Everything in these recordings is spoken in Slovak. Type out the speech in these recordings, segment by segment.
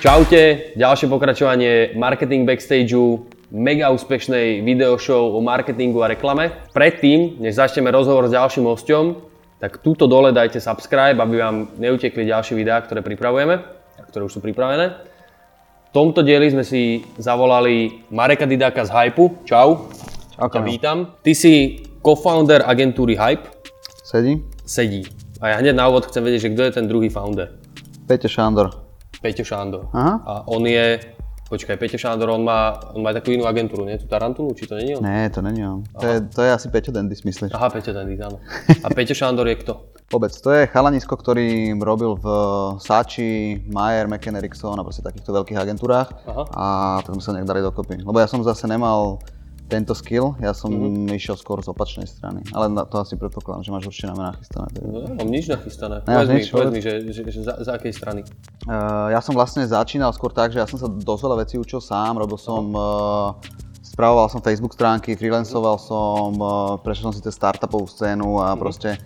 Čaute, ďalšie pokračovanie Marketing Backstageu, mega úspešnej videoshow o marketingu a reklame. Predtým, než začneme rozhovor s ďalším hosťom, tak tuto dole dajte subscribe, aby vám neutekli ďalšie videá, ktoré pripravujeme, a ktoré už sú pripravené. V tomto dieli sme si zavolali Mareka Didáka z Hypeu. Čau. Ťa vítam. Ty si co-founder agentúry Hype. Sedí. A ja hneď na úvod chcem vedieť, že kto je ten druhý founder. Peťo Šándor. Aha. A on je, Peťo Šándor, on má takú inú agentúru, nie? Tu Tarantulu, či to není on? Nie, to není on. To je asi Peťo Dendis, myslíš? Aha, Peťo Dendis, áno. A Peťo Šándor je kto? Vôbec, to je chalanisko, ktorý robil v Saatchi, Mayer, McCann Erickson a proste takýchto veľkých agentúrach. Aha. A tak sme sa nejak dali dokopy. Lebo ja som zase nemal tento skill, ja som išiel skôr z opačnej strany, ale to asi predpokladám, že máš určite na mňa nachystané. No, mám nič nachystané. Povedz mi, že z akej strany? Ja som vlastne začínal skôr tak, že ja som sa dosť veľa vecí učil sám, spravoval som Facebook stránky, freelancoval som, prešiel som si cez startupovú scénu a proste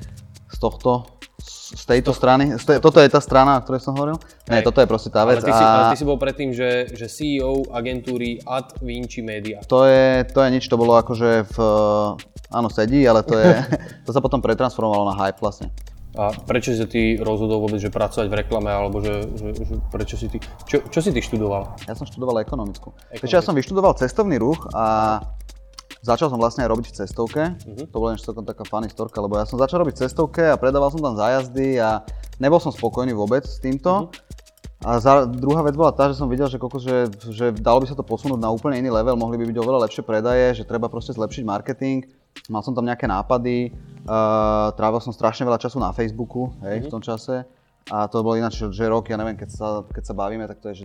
z tejto strany, toto je tá strana, o ktorej som hovoril? Nie, toto je proste tá vec. Ale ty si bol predtým, že CEO agentúry Ad Vinci Media. To je nič, to bolo akože áno, sedí, ale to sa potom pretransformovalo na Hype vlastne. A prečo si ty rozhodol vôbec, že pracovať v reklame, alebo že prečo si ty, čo si ty študoval? Ja som študoval ekonomickú. Takže ja som vyštudoval cestovný ruch a začal som vlastne aj robiť v cestovke. To bola ešte celkom taká funny storka, lebo ja som začal robiť v cestovke a predával som tam zájazdy a nebol som spokojný vôbec s týmto. A druhá vec bola tá, že som videl, že dalo by sa to posunúť na úplne iný level, mohli by byť oveľa lepšie predaje, že treba proste zlepšiť marketing. Mal som tam nejaké nápady, trávil som strašne veľa času na Facebooku, v tom čase. A to bol ináč, že rok, ja neviem, keď sa bavíme, tak to je že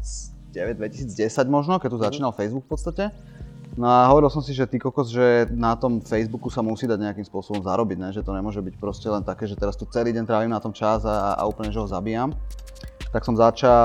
2009, 2010 možno, keď tu začínal Facebook v podstate. No a hovoril som si, že ty kokos, že na tom Facebooku sa musí dať nejakým spôsobom zarobiť, ne? Že to nemôže byť proste len také, že teraz tu celý deň trávim na tom čas a úplne, že ho zabíjam. Tak som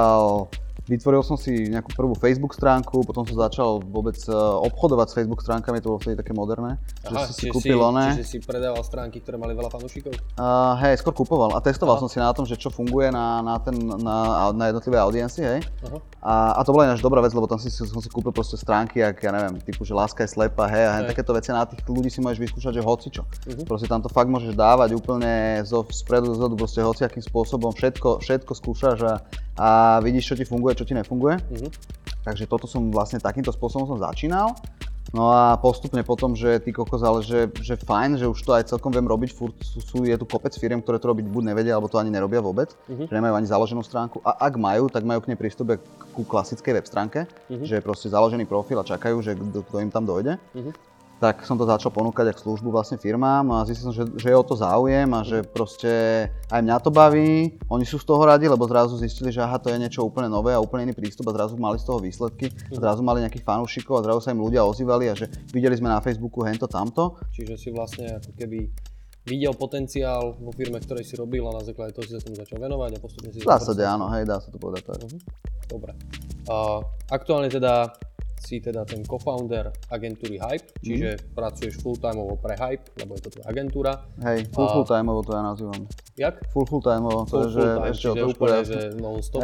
vytvoril som si nejakú prvú Facebook stránku, potom som začal vôbec obchodovať s Facebook stránkami, to bolo vtedy také moderné. Aha, čiže si predával stránky, ktoré mali veľa fanúšikov? Hej, skôr kupoval a testoval som si na tom, že čo funguje na jednotlivé audiencie, hej. A to bola ináč dobrá vec, lebo tam som si kúpil proste stránky, ja neviem, typu, že Láska je slepá, hej, a takéto veci na tých ľudí si môžeš vyskúšať, že hocičo. Proste tam to fakt môžeš dávať úplne spredu, zozadu, proste hociakým spôsobom, všetko skúšaš a vidíš, čo ti funguje, čo ti nefunguje. Takže toto som vlastne takýmto spôsobom som začínal. No a postupne potom, že ty kokos, ale že fajn, že už to aj celkom viem robiť, je tu kopec firiem, ktoré to robiť buď nevedia, alebo to ani nerobia vôbec, že nemajú ani založenú stránku. A ak majú, tak majú k nej prístup ku klasickej web stránke, že je proste založený profil a čakajú, že kto im tam dojde. Tak som to začal ponúkať ako službu vlastne firmám a zistil som, že je o to záujem a že proste aj mňa to baví. Oni sú z toho radi, lebo zrazu zistili, že aha, to je niečo úplne nové a úplne iný prístup a zrazu mali z toho výsledky. Zrazu mali nejakých fanúšikov a zrazu sa im ľudia ozývali a že videli sme na Facebooku hento tamto. Čiže si vlastne ako keby videl potenciál vo firme, ktorej si robil a na základe toho si sa tomu začal venovať a postupne si... V zásade áno, hej, dá sa to povedať tak. Dobre. Aktuálne si teda ten co-founder agentúry Hype, čiže pracuješ full-timeovo pre Hype, lebo je to tvoja agentúra. Hej, full-timeovo to ja nazývam. Jak? Full-timeovo, to je, že ešte o to úplne, že non-stop.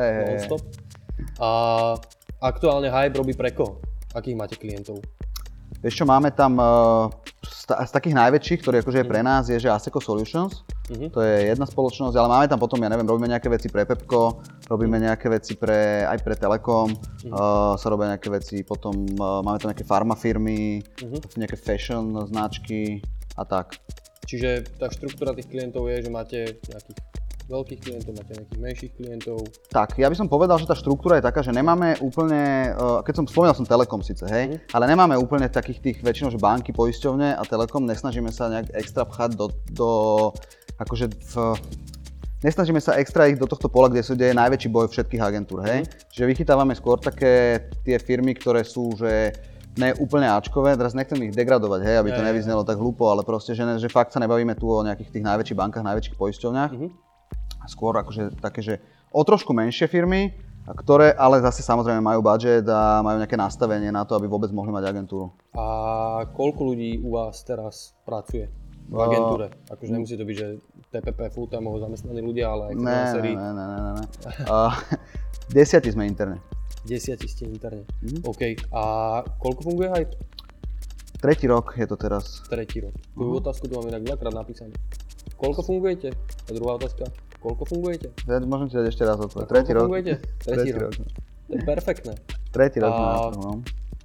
A aktuálne Hype robí pre koho? Akých máte klientov? Vieš čo, máme tam z takých najväčších, ktorý akože je pre nás, je že Asseco Solutions. To je jedna spoločnosť, ale máme tam potom, ja neviem, robíme nejaké veci pre Pepco, robíme nejaké veci aj pre Telekom, sa robia nejaké veci, potom máme tam nejaké farma firmy, nejaké fashion značky a tak. Čiže tá štruktúra tých klientov je, že máte nejakých veľkých klientov, máte nejakých menších klientov? Tak, ja by som povedal, že tá štruktúra je taká, že nemáme úplne, spomínal som Telekom síce, hej, ale nemáme úplne takých tých väčšinou, že banky, poisťovne a Telekom, nesnažíme sa nejak extra pchať nesnažíme sa extra ich do tohto pola, kde je najväčší boj všetkých agentúr, hej. Čiže vychytávame skôr také tie firmy, ktoré sú, že ne úplne áčkové, teraz nechcem ich degradovať, hej, aby to nevyznelo tak hlúpo, ale proste, že fakt sa nebavíme tu o nejakých tých najväčších bankách, najväčších poisťovniach. Skôr akože také, že o trošku menšie firmy, ktoré ale zase samozrejme majú budget a majú nejaké nastavenie na to, aby vôbec mohli mať agentúru. A koľko ľudí u vás teraz pracuje v agentúre? Akože nemusí to byť, že TPP full-timeovo zamestnaní ľudia, ale aj freelanceri. Ne. 10 sme interne. 10 ste interne. OK. A koľko funguje Hype? 3. rok je to teraz. 3. rok. Tú otázku tu mám inak dvakrát napísané. Koľko fungujete? A druhá otázka. Koľko fungujete? Ja môžem ti dať ešte raz odpovedať. 3. rok. Fungujete? 3. rok. To je perfektné. 3. rok na trhu, no.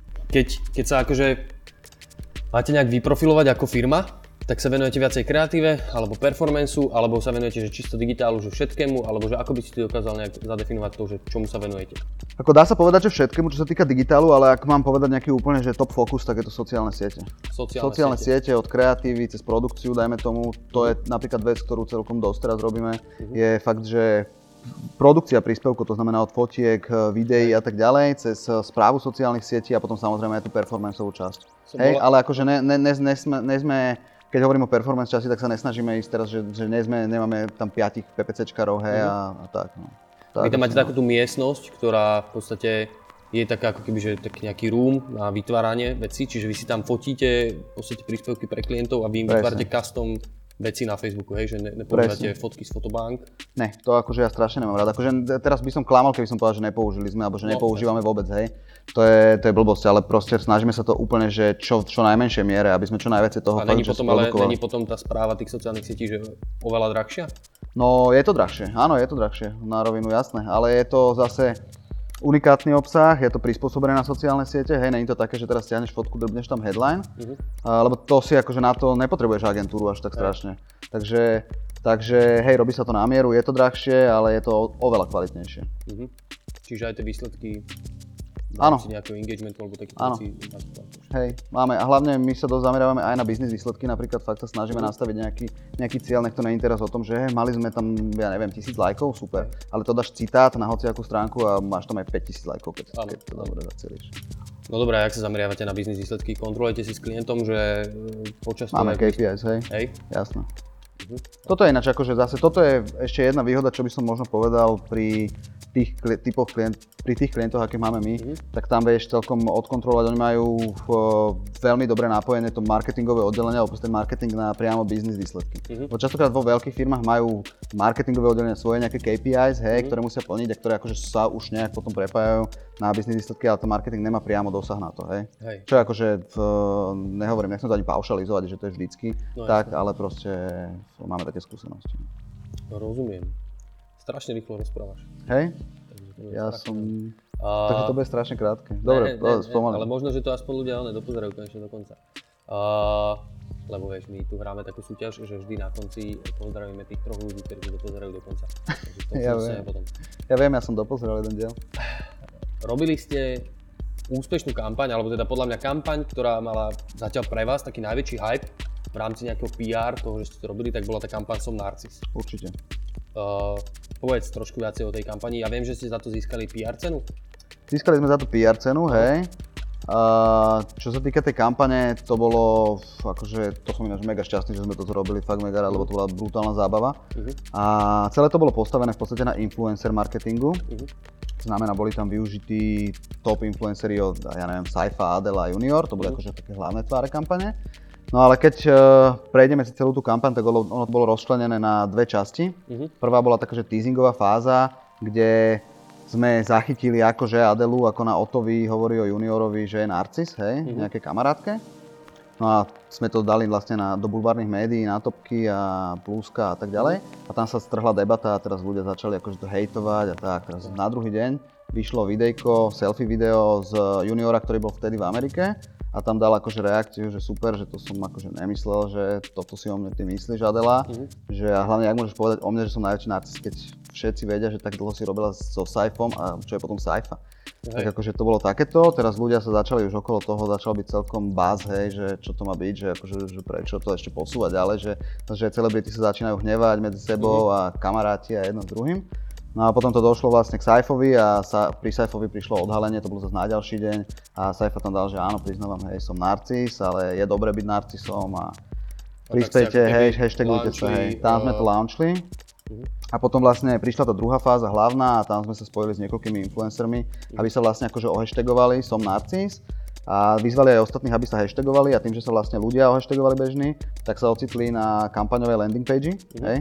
Keď sa akože máte nejak vyprofilovať ako firma, tak sa venujete viacej kreatíve, alebo performanceu, alebo sa venujete že čisto digitálu, že všetkému, alebo že ako by si ty dokázal nejak zadefinovať to, že čomu sa venujete? Ako dá sa povedať, že všetkému, čo sa týka digitálu, ale ak mám povedať nejaký úplne, že top focus, tak je to sociálne siete. Sociálne siete od kreatívy cez produkciu, dajme tomu, to je napríklad vec, ktorú celkom dosť teraz robíme, je fakt, že produkcia príspevkov, to znamená od fotiek, videí a tak ďalej, cez správu sociálnych sietí a potom samozrejme aj tú performanceovú časť. Hej, ale akože nesme, keď hovorím o performance časti, tak sa nesnažíme ísť teraz, že nemáme tam 5 PPCčkarov, hej, a tak. No. Vy tam máte takú tú miestnosť, ktorá v podstate je taká ako keby, že taký nejaký room na vytváranie vecí, čiže vy si tam fotíte v podstate príspevky pre klientov a vy im vytvárate custom veci na Facebooku, hej, že nepoužívate fotky z fotobank? Ne, to akože ja strašne nemám rád. Akože teraz by som klamal, keby som povedal, že nepoužili sme, alebo že nepoužívame vôbec, hej. To je blbosť, ale proste snažíme sa to úplne, že čo najmenšej miere, aby sme čo najviac toho fakt, že ale není potom tá správa tých sociálnych sietí, že oveľa drahšia? No, je to drahšie, áno, je to drahšie, na rovinu, jasné, ale je to zase unikátny obsah, je to prispôsobené na sociálne siete, hej, nie je to také, že teraz stiahneš fotku, drbneš tam headline, lebo to si akože na to nepotrebuješ agentúru až tak strašne. Takže hej, robí sa to na mieru, je to drahšie, ale je to oveľa kvalitnejšie. Čiže aj tie výsledky si nejakého engagementu alebo takých vecí. Hej, máme a hlavne my sa dosť zameriavame aj na biznis výsledky, napríklad fakt sa snažíme nastaviť nejaký cieľ, nech to nie je teraz o tom, že mali sme tam, ja neviem, 1000 lajkov, super, ale to dáš citát na hociakú stránku a máš tam aj 5000 lajkov, keď to dobre zacieliš. No dobré, a jak sa zameriavate na biznis výsledky? Kontrolujete si s klientom, že počas toho... Máme KPIs, hej? Jasné. Toto je ináč, akože zase, toto je ešte jedna výhoda, čo by som možno povedal pri tých klientoch, aké máme my, tak tam vieš celkom odkontrolovať. Oni majú veľmi dobre napojené to marketingové oddelenie, alebo ten marketing na priamo biznis výsledky. Častokrát vo veľkých firmách majú marketingové oddelenie svoje nejaké KPIs, hej, ktoré musia plniť a ktoré akože sa už nejak potom prepájajú na biznis výsledky, ale to marketing nemá priamo dosah na to, hej. Čo akože nehovorím, nechcem to ani paušalizovať, že to je vždycky, tak, ale proste máme také skúsenosti. Rozumiem. Strašne rýchlo rozprávaš. Hej? Ja som... Takže to bude strašne krátke. Dobre, spomalím. Ale možno, že to aspoň ľudia dopozerajú konečne do konca. Lebo vieš, my tu hráme takú súťaž, že vždy na konci pozdravíme tých troch ľudí, ktorí to dopozerajú do konca. Ja viem, ja som dopozeral jeden diel. Robili ste úspešnú kampaň, alebo teda podľa mňa kampaň, ktorá mala zatiaľ pre vás taký najväčší hype v rámci nejakého PR, toho, že ste to robili, tak bola tá kampaň Som Narcis. Určite. Povedz trošku viacej o tej kampani. Ja viem, že ste za to získali PR cenu. Získali sme za to PR cenu, hej. Čo sa týka tej kampane, to bolo, akože, to som ináč mega šťastný, že sme toto robili, fakt mega rád, lebo to bola brutálna zábava. A celé to bolo postavené v podstate na influencer marketingu. Znamená, boli tam využití top influenceri od, ja neviem, Saifa, Adela a Junior, to boli akože také hlavné tváre kampane. No ale keď prejdeme si celú tú kampaň, tak ono bolo rozčlenené na dve časti. Prvá bola taká, že teasingová fáza, kde sme zachytili akože Adelu, ako na Otovi hovorí o Juniorovi, že je narcis, hej, nejaké kamarátke. No a sme to dali vlastne do bulvárnych médií, na Topky a Pluska a tak ďalej. A tam sa strhla debata a teraz ľudia začali akože to hejtovať a tak. Teraz na druhý deň vyšlo videjko, selfie video z Juniora, ktorý bol vtedy v Amerike. A tam dal akože reakciu, že super, že to som akože nemyslel, že toto si o mne ty myslíš, Adela. Že a hlavne, jak môžeš povedať o mne, že som najväčší narcis, keď všetci vedia, že tak dlho si robila so Saifom a čo je potom Saifa. Tak akože to bolo takéto, teraz ľudia sa začali už okolo toho, začal byť celkom buzz, hej, že čo to má byť, že akože že prečo to ešte posúvať ďalej, že celebrity sa začínajú hnevať medzi sebou a kamaráti a jedno s druhým. No a potom to došlo vlastne k Saifovi a pri Saifovi prišlo odhalenie, to bolo zase na ďalší deň a Saifa tam dal, že áno, priznávam, hej, som narcis, ale je dobré byť narcisom a prispejte, hej, hashtagujte sa, hej. Tam sme to launchli a potom vlastne prišla tá druhá fáza hlavná a tam sme sa spojili s niekoľkými influencermi, aby sa vlastne akože ohashtagovali som narcis a vyzvali aj ostatných, aby sa hashtagovali a tým, že sa vlastne ľudia ohashtagovali bežní, tak sa ocitli na kampaňovej landing page, hej.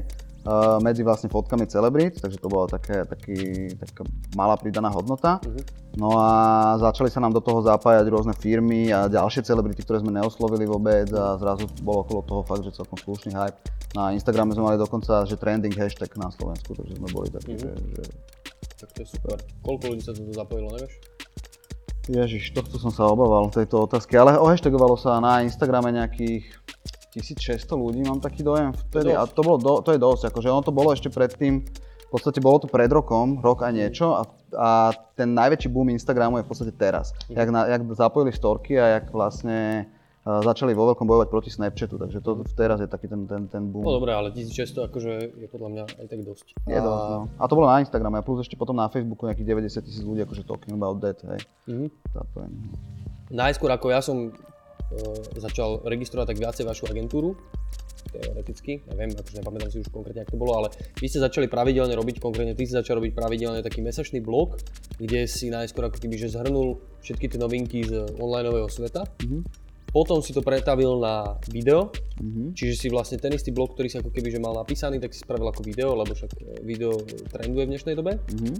medzi vlastne fotkami celebrít, takže to bola taká malá pridaná hodnota. No a začali sa nám do toho zapájať rôzne firmy a ďalšie celebrity, ktoré sme neoslovili vôbec a zrazu bolo okolo toho fakt, že celkom slušný hype. Na Instagrame sme mali dokonca, že trending hashtag na Slovensku, takže sme boli takí, že... Tak to je super. Koľko ľudí sa do toho zapojilo, nevieš? Ježiš, tohto som sa obával, tejto otázky, ale ohashtagovalo sa na Instagrame nejakých 1600 ľudí, mám taký dojem vtedy a to je dosť, akože ono to bolo ešte predtým, v podstate bolo to pred rokom, rok a niečo a ten najväčší boom Instagramu je v podstate teraz. Jak zapojili storky a jak vlastne začali vo veľkom bojovať proti Snapchatu, takže to teraz je taký ten boom. No dobré, ale 1600 akože je podľa mňa aj tak dosť. Je dosť, no. A to bolo na Instagrame a plus ešte potom na Facebooku nejakých 90 000 ľudí akože talking about that, hej. Zapojený. Najskôr ako ja som začal registrovať tak viacej vašu agentúru, teoreticky, neviem, akože nepamätám si už konkrétne, ako to bolo, ale vy ste začali pravidelne robiť, konkrétne ty si začal robiť pravidelne taký mesačný blog, kde si najskôr ako keby že zhrnul všetky tie novinky z onlineového sveta. Potom si to pretavil na video, čiže si vlastne ten istý blog, ktorý si ako keby že mal napísaný, tak si spravil ako video, lebo však video trenduje v dnešnej dobe.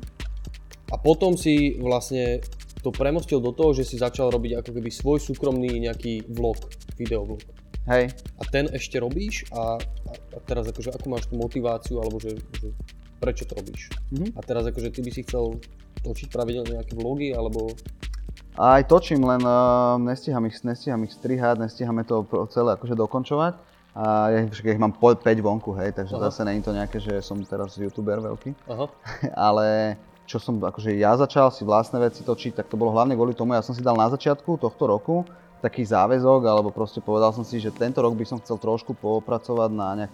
A potom si vlastne to premostil do toho, že si začal robiť ako keby svoj súkromný nejaký vlog, videoblog. Hej. A ten ešte robíš a teraz akože akú máš tú motiváciu, alebo že prečo to robíš? A teraz akože ty by si chcel točiť pravidelne nejaké vlogy, alebo... Aj točím, len nestíham ich strihať, nestíhame to celé akože dokončovať. A ja ich mám 5 vonku, hej, takže zase nie je to nejaké, že som teraz youtuber veľký. Ale čo som akože ja začal si vlastné veci točiť, tak to bolo hlavne kvôli tomu, ja som si dal na začiatku tohto roku taký záväzok, alebo proste povedal som si, že tento rok by som chcel trošku popracovať na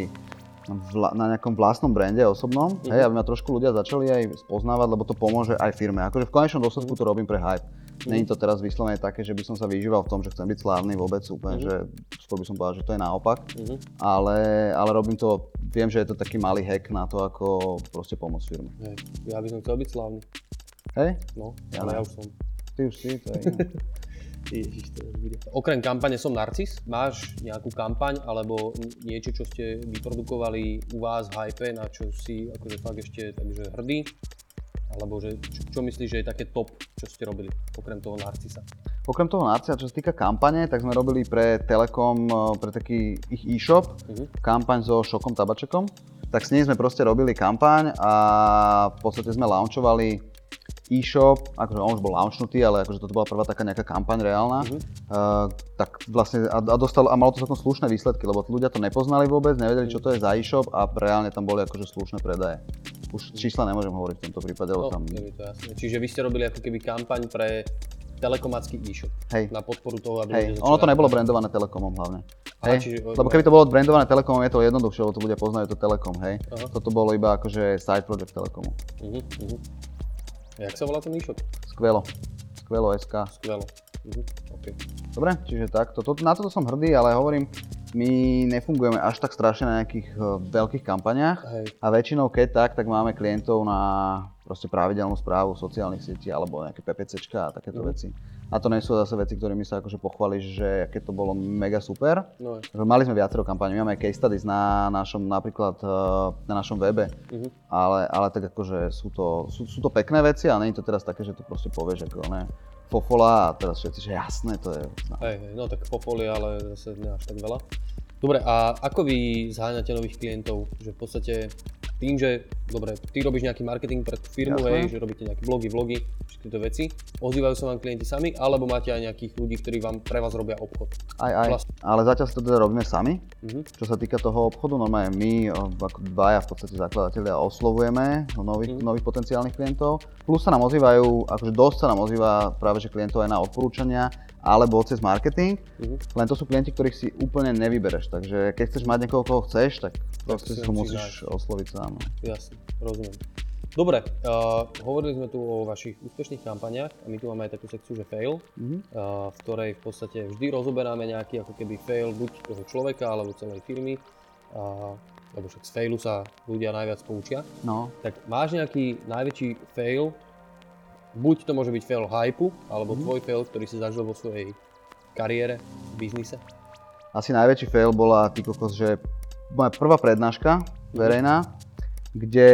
nejakom vlastnom brande osobnom, hej, aby ma trošku ľudia začali aj spoznávať, lebo to pomôže aj firme. Akože v konečnom dôsledku to robím pre hype. Není to teraz vyslovene také, že by som sa vyžíval v tom, že chcem byť slávny vôbec úplne, že skôr by som povedal, že to je naopak. Ale robím to, viem, že je to taký malý hack na to, ako proste pomôcť firme. Hej, ja by som chcel byť slávny. Hej? No, ale ja už som. Ty už si, to je Ježiš, to bude. Okrem kampane Som Narcis, máš nejakú kampaň alebo niečo, čo ste vyprodukovali u vás v Hype, na čo si akože fakt ešte takže hrdý? Alebo že, čo myslíš, že je také top, čo ste robili, okrem toho Narcisa? Okrem toho Narcisa, čo sa týka kampane, tak sme robili pre Telekom, pre taký ich e-shop, kampaň so Šokom Tabačekom. Tak s ním sme proste robili kampaň a v podstate sme launchovali e-shop, akože on už bol launchnutý, ale akože toto bola prvá taká nejaká kampaň reálna. Tak vlastne a malo to celkom slušné výsledky, lebo ľudia to nepoznali vôbec, nevedeli, čo to je za e-shop a reálne tam boli akože slušné predaje. Už čísla nemôžem hovoriť v tomto prípade, lebo tam... Je to jasné. Čiže vy ste robili ako keby kampaň pre telekomácky e-shop. Hej. Na podporu toho, aby... Hej, ono to nebolo brandované Telekomom hlavne. Aha, Lebo keby to bolo brandované Telekomom, je to jednoduchšie, lebo to ľudia poznajú to Telekom, hej. Toto bolo iba akože side project Telekomu. Jak sa volá ten e-shop? Skvelo SK. Skvelo. Okay. Dobre, čiže takto. Na toto som hrdý, ale hovorím, my nefungujeme až tak strašne na nejakých veľkých kampaniách. A väčšinou keď tak máme klientov na proste pravidelnú správu sociálnych sietí alebo nejaké PPCčka a takéto veci. A to nie sú zase veci, ktorými sa akože pochváliš, že aké to bolo mega super. No. Mali sme viacero kampaní, máme aj case studies na našom, napríklad na našom webe, ale tak akože sú to pekné veci, ale nie je to teraz také, že to proste povieš ako ne, fofola a teraz všetci, že jasné to je. No tak fofoli, ale zase nie až tak veľa. Dobre, a ako vy zháňate nových klientov? Že v podstate tým, že dobre, ty robíš nejaký marketing pre tú firmu, hej, že robíte nejaké blogy, vlogy, všetky tieto veci, ozývajú sa vám klienti sami, alebo máte aj nejakých ľudí, ktorí vám pre vás robia obchod? Aj. Ale zatiaľ si to teda robíme sami. Čo sa týka toho obchodu, normálne my ako dvaja v podstate zakladatelia oslovujeme nových potenciálnych klientov. Plus sa nám ozývajú, akože dosť sa nám ozýva práve že klientov aj na odporúčania, alebo cez marketing, len to sú klienti, ktorých si úplne nevybereš, takže keď chceš mať niekoho, koho chceš, tak proste si ho musíš osloviť sám. Jasne, rozumiem. Dobre, hovorili sme tu o vašich úspešných kampaniách a my tu máme aj takú sekciu, že fail, v ktorej v podstate vždy rozoberáme nejaký ako keby fail buď toho človeka alebo celej firmy, lebo však z failu sa ľudia najviac poučia. No. Tak máš nejaký najväčší fail? Buď to môže byť fail hypeu, alebo tvoj fail, ktorý si zažil vo svojej kariére, biznise? Asi najväčší fail bola, ty kokos, že moja prvá prednáška verejná, kde...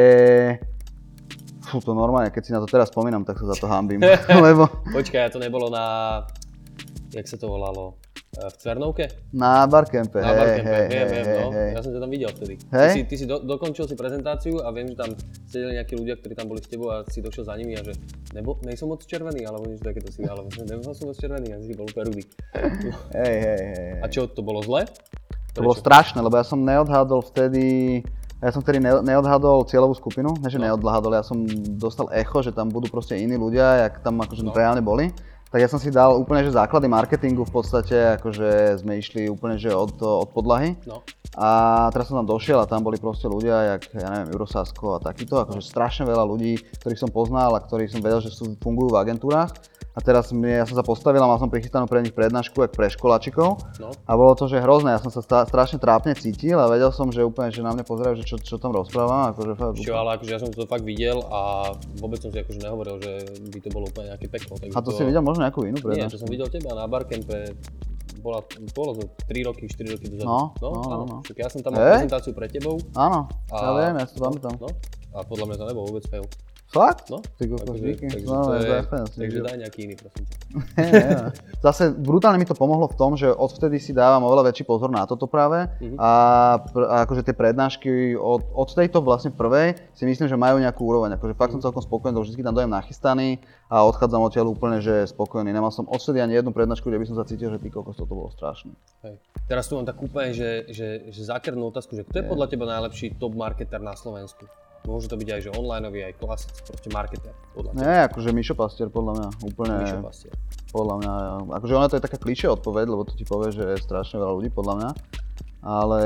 Fú, to normálne, keď si na to teraz spomínam, tak sa za to hanbím, lebo... Počkaj, to nebolo na... Jak sa to volalo? V Cvernovke? Na Barcampe, Na Barcampe, viem, no. hej. Ja som ťa tam videl vtedy. Hej? Ty si dokončil si prezentáciu a viem, že tam sedeli nejakí ľudia, ktorí tam boli s tebou a si došiel za nimi a že nejsom moc červený, alebo niečo takéto si, ale nebol som moc červený, ja si bol úplne rudý. Hej. A čo, to bolo zle? To bolo strašné, lebo ja som neodhadol vtedy neodhadol cieľovú skupinu, neodhadol, ja som dostal echo, že tam budú proste iní ľudia, jak tam akože reálne boli. Tak ja som si dal úplne, že základy marketingu v podstate, akože sme išli úplne, že od podlahy. No. A teraz som tam došiel a tam boli proste ľudia, jak, ja neviem, Eurosasko a takýto, akože strašne veľa ľudí, ktorých som poznal a ktorých som vedel, že fungujú v agentúrach. A teraz ja som sa postavil a mal som prichystanú pre nich prednášku, jak pre školáčikov. No. A bolo to, že hrozné, ja som sa strašne trápne cítil a vedel som, že úplne, že na mňa pozerajú, že čo tam rozprávam. Akože ale akože ja som to fakt videl a vôbec som si akože nehovoril, že by to bolo úplne nejaké peklo. A to si videl možno nejakú inú prednášku? Nie, to som videl teba na Barcampe. Bolo to 3 roky, 4 roky dozadu. No. Však ja som tam mal prezentáciu pre tebou. Áno, ja viem, ja si to pamätám. No, a podľa mňa to nebol vôbec fail. Fakt? No, ty kokos, díky. Takže daj nejaký iný, prosím ťa. Zase brutálne mi to pomohlo v tom, že odvtedy si dávam oveľa väčší pozor na toto práve a akože tie prednášky od tejto vlastne prvej si myslím, že majú nejakú úroveň, akože fakt som celkom spokojný, lebo vždy tam dojem nachystaný a odchádzam odtiaľ úplne, že spokojný. Nemal som odvtedy ani jednu prednášku, kde by som sa cítil, že ty kokos, toto bolo strašné. Hej. Teraz tu mám tak úplne, že zákernú otázku, že kto je podľa teba najlepší top marketer na Slovensku? Môže to byť aj že onlineový, aj klasický, proste marketer, podľa teba. Nie, akože Mišo Pastier, podľa mňa, úplne. Mišo Pastier. Podľa mňa, akože ona to je taká klišé odpoveď, lebo to ti povie, že je strašne veľa ľudí, podľa mňa. Ale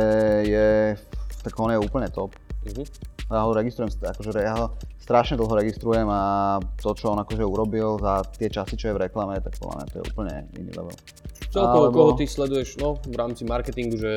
tak on je úplne top. Ja ho registrujem, akože ja ho strašne dlho registrujem a to, čo on akože urobil za tie časy, čo je v reklame, tak podľa mňa to je úplne iný level. Celkovo, koho ty sleduješ v rámci marketingu, že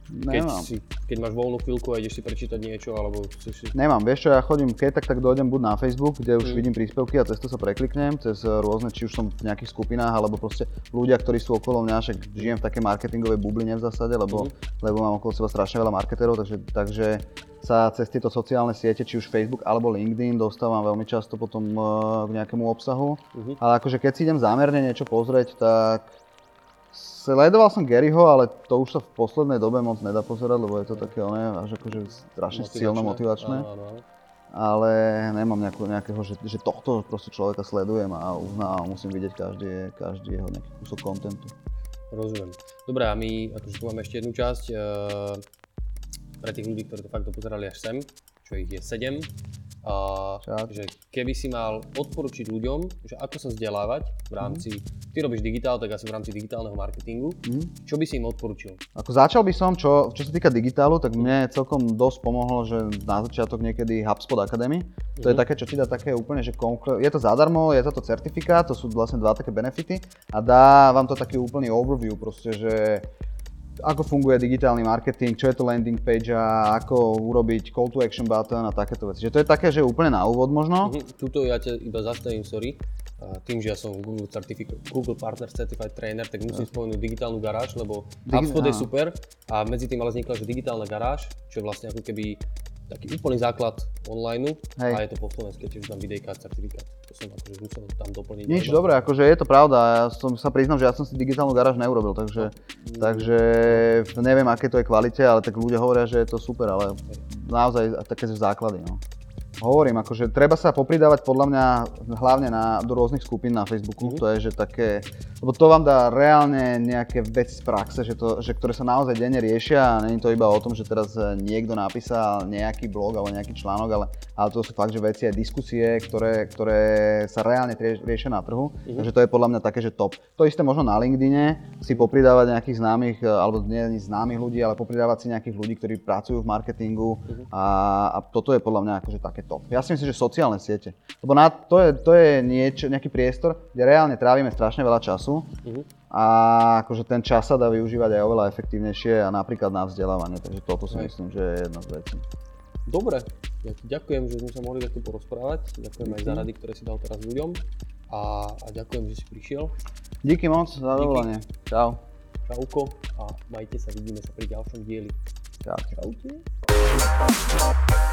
keď máš voľnú chvíľku a ideš si prečítať niečo, alebo chceš si... Nemám, vieš čo, ja chodím, keď tak dojdem buď na Facebook, kde už vidím príspevky a cez to sa prekliknem, cez rôzne, či už som v nejakých skupinách, alebo proste ľudia, ktorí sú okolo mňa, však žijem v takej marketingovej bubline v zásade, lebo mám okolo seba strašne veľa marketerov, takže sa cez tieto sociálne siete, či už Facebook alebo LinkedIn, dostávam veľmi často potom k nejakému obsahu. Ale akože keď si idem zámerne niečo pozrieť, tak sledoval som Garyho, ale to už sa v poslednej dobe moc nedá pozerať, lebo je to také až akože strašne silno motivačné. Ale nemám nejakého, že tohto proste človeka sledujem a musím vidieť každý jeho nejaký kúsok kontentu. Rozumiem. Dobre, a my akože tu máme ešte jednu časť pre tých ľudí, ktorí to fakt dopozerali až sem, čo ich je 7. Že keby si mal odporučiť ľuďom, že ako sa vzdelávať v rámci, ty robíš digitál, tak asi v rámci digitálneho marketingu, čo by si im odporučil? Ako začal by som, čo sa týka digitálu, tak mne celkom dosť pomohlo, že na začiatok niekedy HubSpot Academy, to je také, čo ti dá také úplne, že je to zadarmo, je za to certifikát, to sú vlastne 2 také benefity a dá vám to taký úplný overview proste, že ako funguje digitálny marketing, čo je to landing page a ako urobiť call to action button a takéto veci. Že to je také, že úplne na úvod možno. Tuto ja ťa iba zastavím, sorry. Tým, že ja som Google Partner Certified Trainer, tak musím spomenúť digitálnu garáž, lebo HubSpot je super a medzi tým ale vznikla, že digitálna garáž, čo je vlastne ako keby taký úplný základ online a je to po slovensky, tiež tam videjka, certifikát. To som akože musel tam doplniť. Nič, dobre, akože je to pravda, ja som sa priznal, že ja som si digitálnu garáž neurobil, takže neviem, aké to je kvalite, ale tak ľudia hovoria, že je to super, ale naozaj také základy, no. Hovorím, akože treba sa popridávať podľa mňa hlavne do rôznych skupín na Facebooku, to je, že také, lebo to vám dá reálne nejaké veci z praxe, že ktoré sa naozaj denne riešia a nie je to iba o tom, že teraz niekto napísal nejaký blog alebo nejaký článok, ale to sú fakt, že veci aj diskusie, ktoré sa reálne riešia na trhu, takže to je podľa mňa také, že top. To isté možno na LinkedIne, si popridávať nejakých známych, alebo nie známych ľudí, ale popridávať si nejakých ľudí, ktorí pracujú v marketingu a toto je podľa mňa akože také top. Ja si myslím, že sociálne siete, lebo to je nejaký priestor, kde reálne trávime strašne veľa času a akože ten čas sa dá využívať aj oveľa efektívnejšie a napríklad na vzdelávanie, takže toto si myslím, že je jedna z vecí. Dobre, ja ti ďakujem, že sme sa mohli takto porozprávať, ďakujem aj za rady, ktoré si dal teraz ľuďom a ďakujem, že si prišiel. Díky moc za dovolenie. Čau. Čauko a majte sa, vidíme sa pri ďalšom dieli. Čaute.